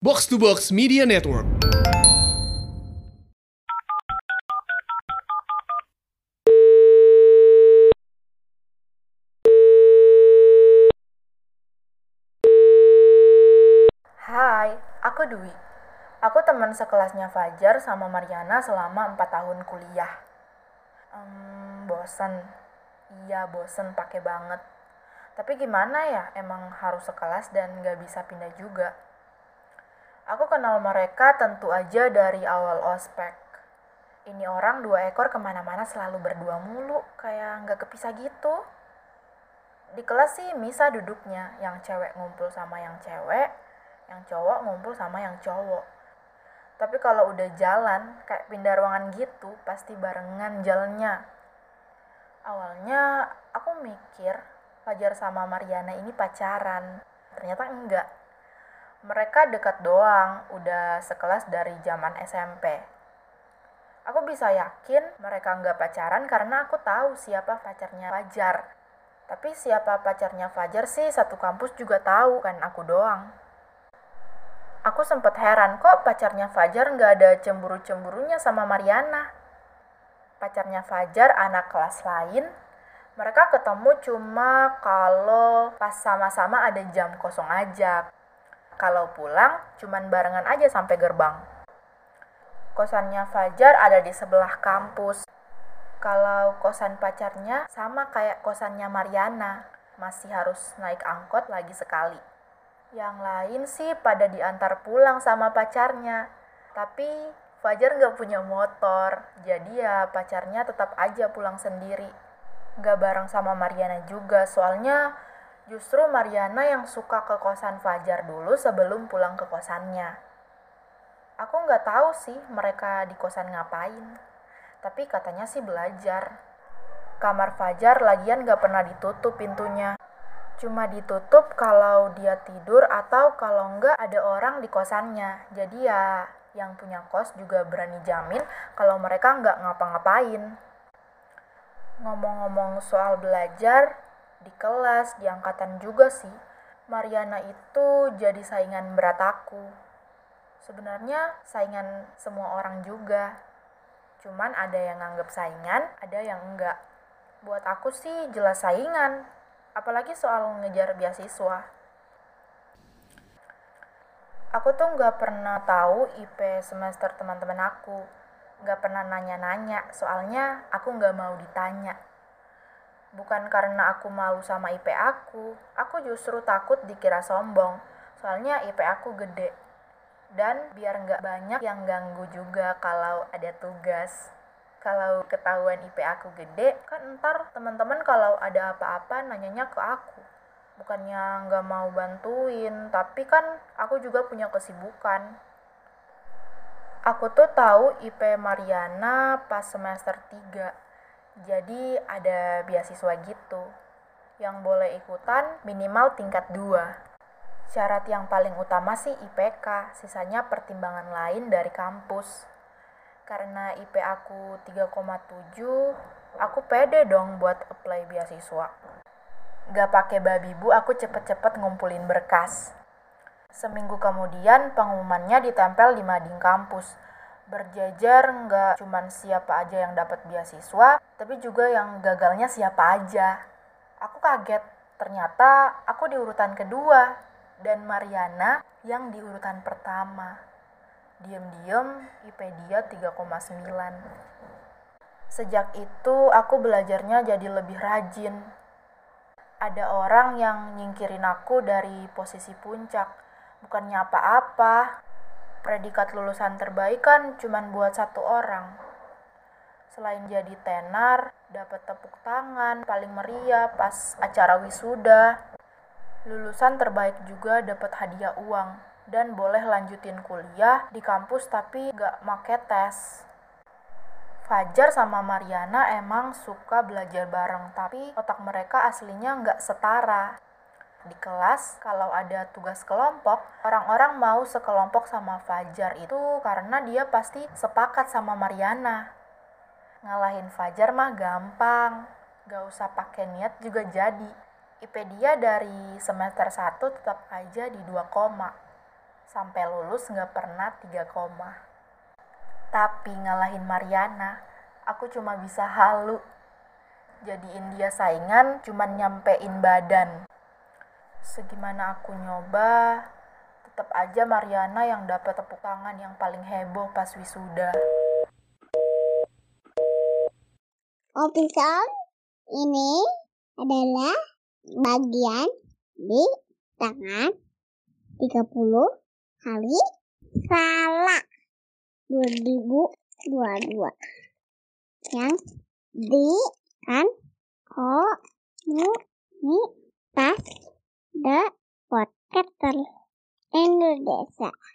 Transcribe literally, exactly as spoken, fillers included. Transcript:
Box to Box Media Network. Hai, aku Dwi. Aku teman sekelasnya Fajar sama Mariana selama empat tahun kuliah. Hmm, bosen. Iya, bosen pakai banget. Tapi gimana ya, emang harus sekelas dan gak bisa pindah juga. Aku kenal mereka tentu aja dari awal ospek. Ini orang dua ekor kemana-mana selalu berdua mulu, kayak gak kepisah gitu. Di kelas sih misah duduknya, yang cewek ngumpul sama yang cewek, yang cowok ngumpul sama yang cowok. Tapi kalau udah jalan, kayak pindah ruangan gitu, pasti barengan jalannya. Awalnya aku mikir Fajar sama Mariana ini pacaran. Ternyata enggak. Mereka dekat doang, udah sekelas dari zaman S M P. Aku bisa yakin mereka enggak pacaran karena aku tahu siapa pacarnya Fajar. Tapi siapa pacarnya Fajar sih satu kampus juga tahu, kan aku doang. Aku sempet heran kok pacarnya Fajar nggak ada cemburu-cemburunya sama Mariana. Pacarnya Fajar anak kelas lain. Mereka ketemu cuma kalau pas sama-sama ada jam kosong aja. Kalau pulang cuman barengan aja sampai gerbang. Kosannya Fajar ada di sebelah kampus. Kalau kosan pacarnya sama kayak kosannya Mariana, masih harus naik angkot lagi sekali. Yang lain sih pada diantar pulang sama pacarnya. Tapi Fajar nggak punya motor, jadi ya pacarnya tetap aja pulang sendiri. Nggak bareng sama Mariana juga, soalnya justru Mariana yang suka ke kosan Fajar dulu sebelum pulang ke kosannya. Aku nggak tahu sih mereka di kosan ngapain, tapi katanya sih belajar. Kamar Fajar lagian nggak pernah ditutup pintunya. Cuma ditutup kalau dia tidur atau kalau enggak ada orang di kosannya. Jadi ya yang punya kos juga berani jamin kalau mereka enggak ngapa-ngapain. Ngomong-ngomong soal belajar, di kelas, di angkatan juga sih, Mariana itu jadi saingan berat aku. Sebenarnya saingan semua orang juga. Cuman ada yang nganggep saingan, ada yang enggak. Buat aku sih jelas saingan. Apalagi soal ngejar beasiswa. Aku tuh gak pernah tahu I P semester teman-teman aku. Gak pernah nanya-nanya, soalnya aku gak mau ditanya. Bukan karena aku malu sama I P aku, aku justru takut dikira sombong. Soalnya I P aku gede. Dan biar gak banyak yang ganggu juga kalau ada tugas. Kalau ketahuan I P aku gede, kan ntar teman-teman kalau ada apa-apa nanyanya ke aku. Bukannya nggak mau bantuin, tapi kan aku juga punya kesibukan. Aku tuh tahu I P Mariana pas semester tiga. Jadi ada beasiswa gitu. Yang boleh ikutan minimal tingkat dua. Syarat yang paling utama sih I P K, sisanya pertimbangan lain dari kampus. Karena I P aku tiga koma tujuh, aku pede dong buat apply beasiswa. Gak pakai babi bu, aku cepet-cepet ngumpulin berkas. Seminggu kemudian pengumumannya ditempel di mading kampus. Berjajar gak cuman siapa aja yang dapat beasiswa, tapi juga yang gagalnya siapa aja. Aku kaget, ternyata aku di urutan kedua, dan Mariana yang di urutan pertama. Diam-diam I P dia tiga koma sembilan. Sejak itu aku belajarnya jadi lebih rajin. Ada orang yang nyingkirin aku dari posisi puncak. Bukannya apa-apa. Predikat lulusan terbaik kan cuman buat satu orang. Selain jadi tenar, dapat tepuk tangan paling meriah pas acara wisuda. Lulusan terbaik juga dapat hadiah uang. Dan boleh lanjutin kuliah di kampus tapi gak make tes. Fajar sama Mariana emang suka belajar bareng, tapi otak mereka aslinya gak setara. Di kelas, kalau ada tugas kelompok, orang-orang mau sekelompok sama Fajar itu karena dia pasti sepakat sama Mariana. Ngalahin Fajar mah gampang, gak usah pakai niat juga jadi. I P dia dari semester satu tetap aja di dua koma. Sampai lulus nggak pernah tiga koma. Tapi ngalahin Mariana, aku cuma bisa halu. Jadiin dia saingan cuman nyampein badan. Segimana aku nyoba, tetap aja Mariana yang dapat tepuk tangan yang paling heboh pas wisuda. Episode ini adalah bagian di tanggal tiga puluh hari Salah dua ribu dua puluh dua yang di kan komunitas The Podcaster Indonesia.